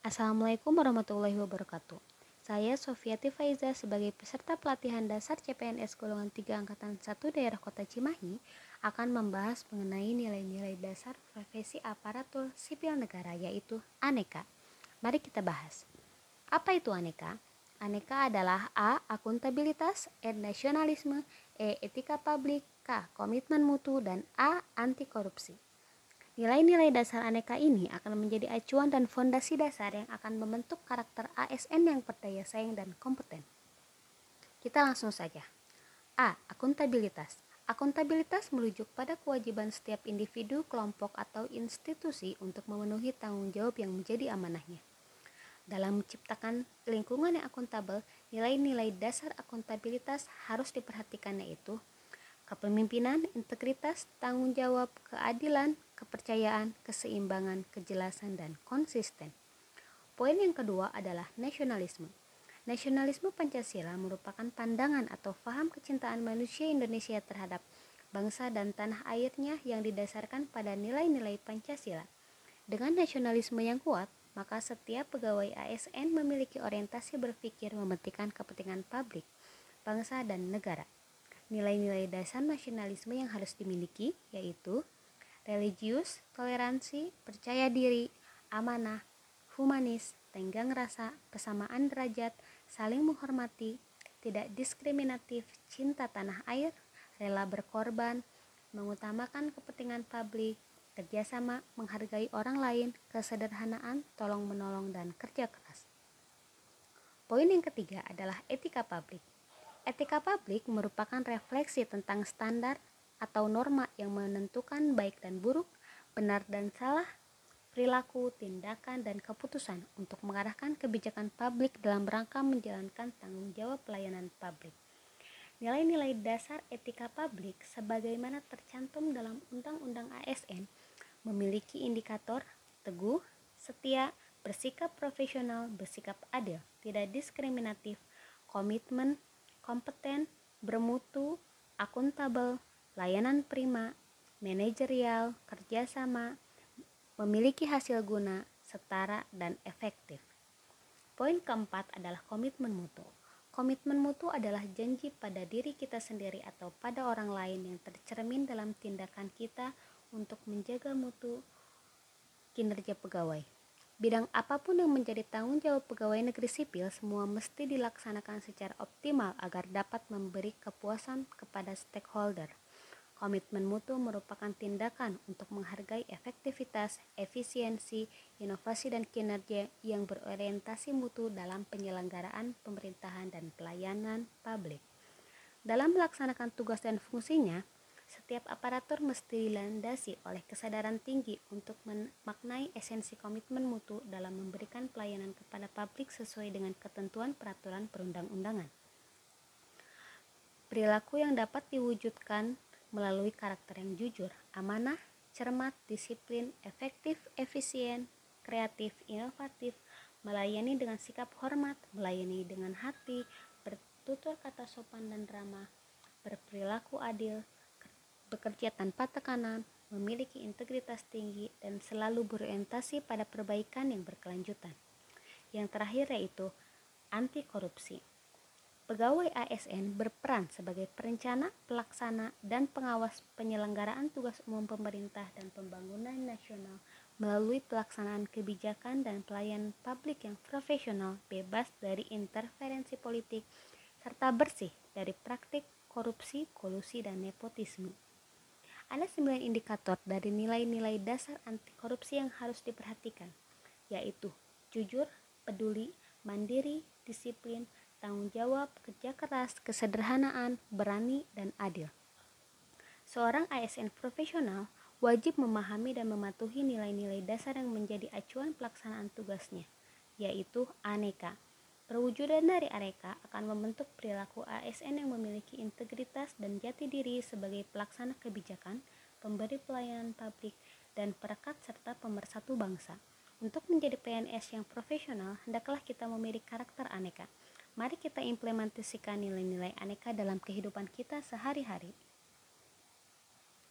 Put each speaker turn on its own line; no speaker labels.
Assalamualaikum warahmatullahi wabarakatuh. Saya Sofiati Faiza sebagai peserta pelatihan dasar CPNS golongan 3 angkatan 1 daerah Kota Cimahi akan membahas mengenai nilai-nilai dasar profesi aparatur sipil negara, yaitu aneka. Mari kita bahas. Apa itu aneka? Aneka adalah A. Akuntabilitas, E. Nasionalisme, E. Etika publik, K. Komitmen mutu, dan A. Anti korupsi. Nilai-nilai dasar aneka ini akan menjadi acuan dan fondasi dasar yang akan membentuk karakter ASN yang berdaya saing dan kompeten. Kita langsung saja. A. Akuntabilitas. Akuntabilitas merujuk pada kewajiban setiap individu, kelompok, atau institusi untuk memenuhi tanggung jawab yang menjadi amanahnya. Dalam menciptakan lingkungan yang akuntabel, nilai-nilai dasar akuntabilitas harus diperhatikan, yaitu kepemimpinan, integritas, tanggung jawab, keadilan, kepercayaan, keseimbangan, kejelasan, dan konsisten. Poin yang kedua adalah nasionalisme. Nasionalisme Pancasila merupakan pandangan atau faham kecintaan manusia Indonesia terhadap bangsa dan tanah airnya yang didasarkan pada nilai-nilai Pancasila. Dengan nasionalisme yang kuat, maka setiap pegawai ASN memiliki orientasi berpikir mementingkan kepentingan publik, bangsa, dan negara. Nilai-nilai dasar nasionalisme yang harus dimiliki yaitu religius, toleransi, percaya diri, amanah, humanis, tenggang rasa, kesamaan derajat, saling menghormati, tidak diskriminatif, cinta tanah air, rela berkorban, mengutamakan kepentingan publik, kerjasama, menghargai orang lain, kesederhanaan, tolong menolong, dan kerja keras. Poin yang ketiga adalah etika publik. Etika publik merupakan refleksi tentang standar atau norma yang menentukan baik dan buruk, benar dan salah, perilaku, tindakan, dan keputusan untuk mengarahkan kebijakan publik dalam rangka menjalankan tanggung jawab pelayanan publik. Nilai-nilai dasar etika publik sebagaimana tercantum dalam Undang-Undang ASN memiliki indikator teguh, setia, bersikap profesional, bersikap adil, tidak diskriminatif, komitmen, kompeten, bermutu, akuntabel, layanan prima, manajerial, kerjasama, memiliki hasil guna, setara, dan efektif. Poin keempat adalah komitmen mutu. Komitmen mutu adalah janji pada diri kita sendiri atau pada orang lain yang tercermin dalam tindakan kita untuk menjaga mutu kinerja pegawai. Bidang apapun yang menjadi tanggung jawab pegawai negeri sipil, semua mesti dilaksanakan secara optimal agar dapat memberi kepuasan kepada stakeholder. Komitmen mutu merupakan tindakan untuk menghargai efektivitas, efisiensi, inovasi, dan kinerja yang berorientasi mutu dalam penyelenggaraan pemerintahan dan pelayanan publik. Dalam melaksanakan tugas dan fungsinya, setiap aparatur mesti dilandasi oleh kesadaran tinggi untuk memaknai esensi komitmen mutu dalam memberikan pelayanan kepada publik sesuai dengan ketentuan peraturan perundang-undangan. Perilaku yang dapat diwujudkan melalui karakter yang jujur, amanah, cermat, disiplin, efektif, efisien, kreatif, inovatif, melayani dengan sikap hormat, melayani dengan hati, bertutur kata sopan dan ramah, berperilaku adil, bekerja tanpa tekanan, memiliki integritas tinggi, dan selalu berorientasi pada perbaikan yang berkelanjutan. Yang terakhir yaitu anti korupsi. Pegawai ASN berperan sebagai perencana, pelaksana, dan pengawas penyelenggaraan tugas umum pemerintah dan pembangunan nasional melalui pelaksanaan kebijakan dan pelayanan publik yang profesional, bebas dari interferensi politik, serta bersih dari praktik korupsi, kolusi, dan nepotisme. Ada 9 indikator dari nilai-nilai dasar anti korupsi yang harus diperhatikan, yaitu jujur, peduli, mandiri, disiplin, tanggung jawab, kerja keras, kesederhanaan, berani, dan adil. Seorang ASN profesional wajib memahami dan mematuhi nilai-nilai dasar yang menjadi acuan pelaksanaan tugasnya, yaitu aneka. Perwujudan dari aneka akan membentuk perilaku ASN yang memiliki integritas dan jati diri sebagai pelaksana kebijakan, pemberi pelayanan publik, dan perekat serta pemersatu bangsa. Untuk menjadi PNS yang profesional, hendaklah kita memiliki karakter aneka. Mari kita implementasikan nilai-nilai aneka dalam kehidupan kita sehari-hari.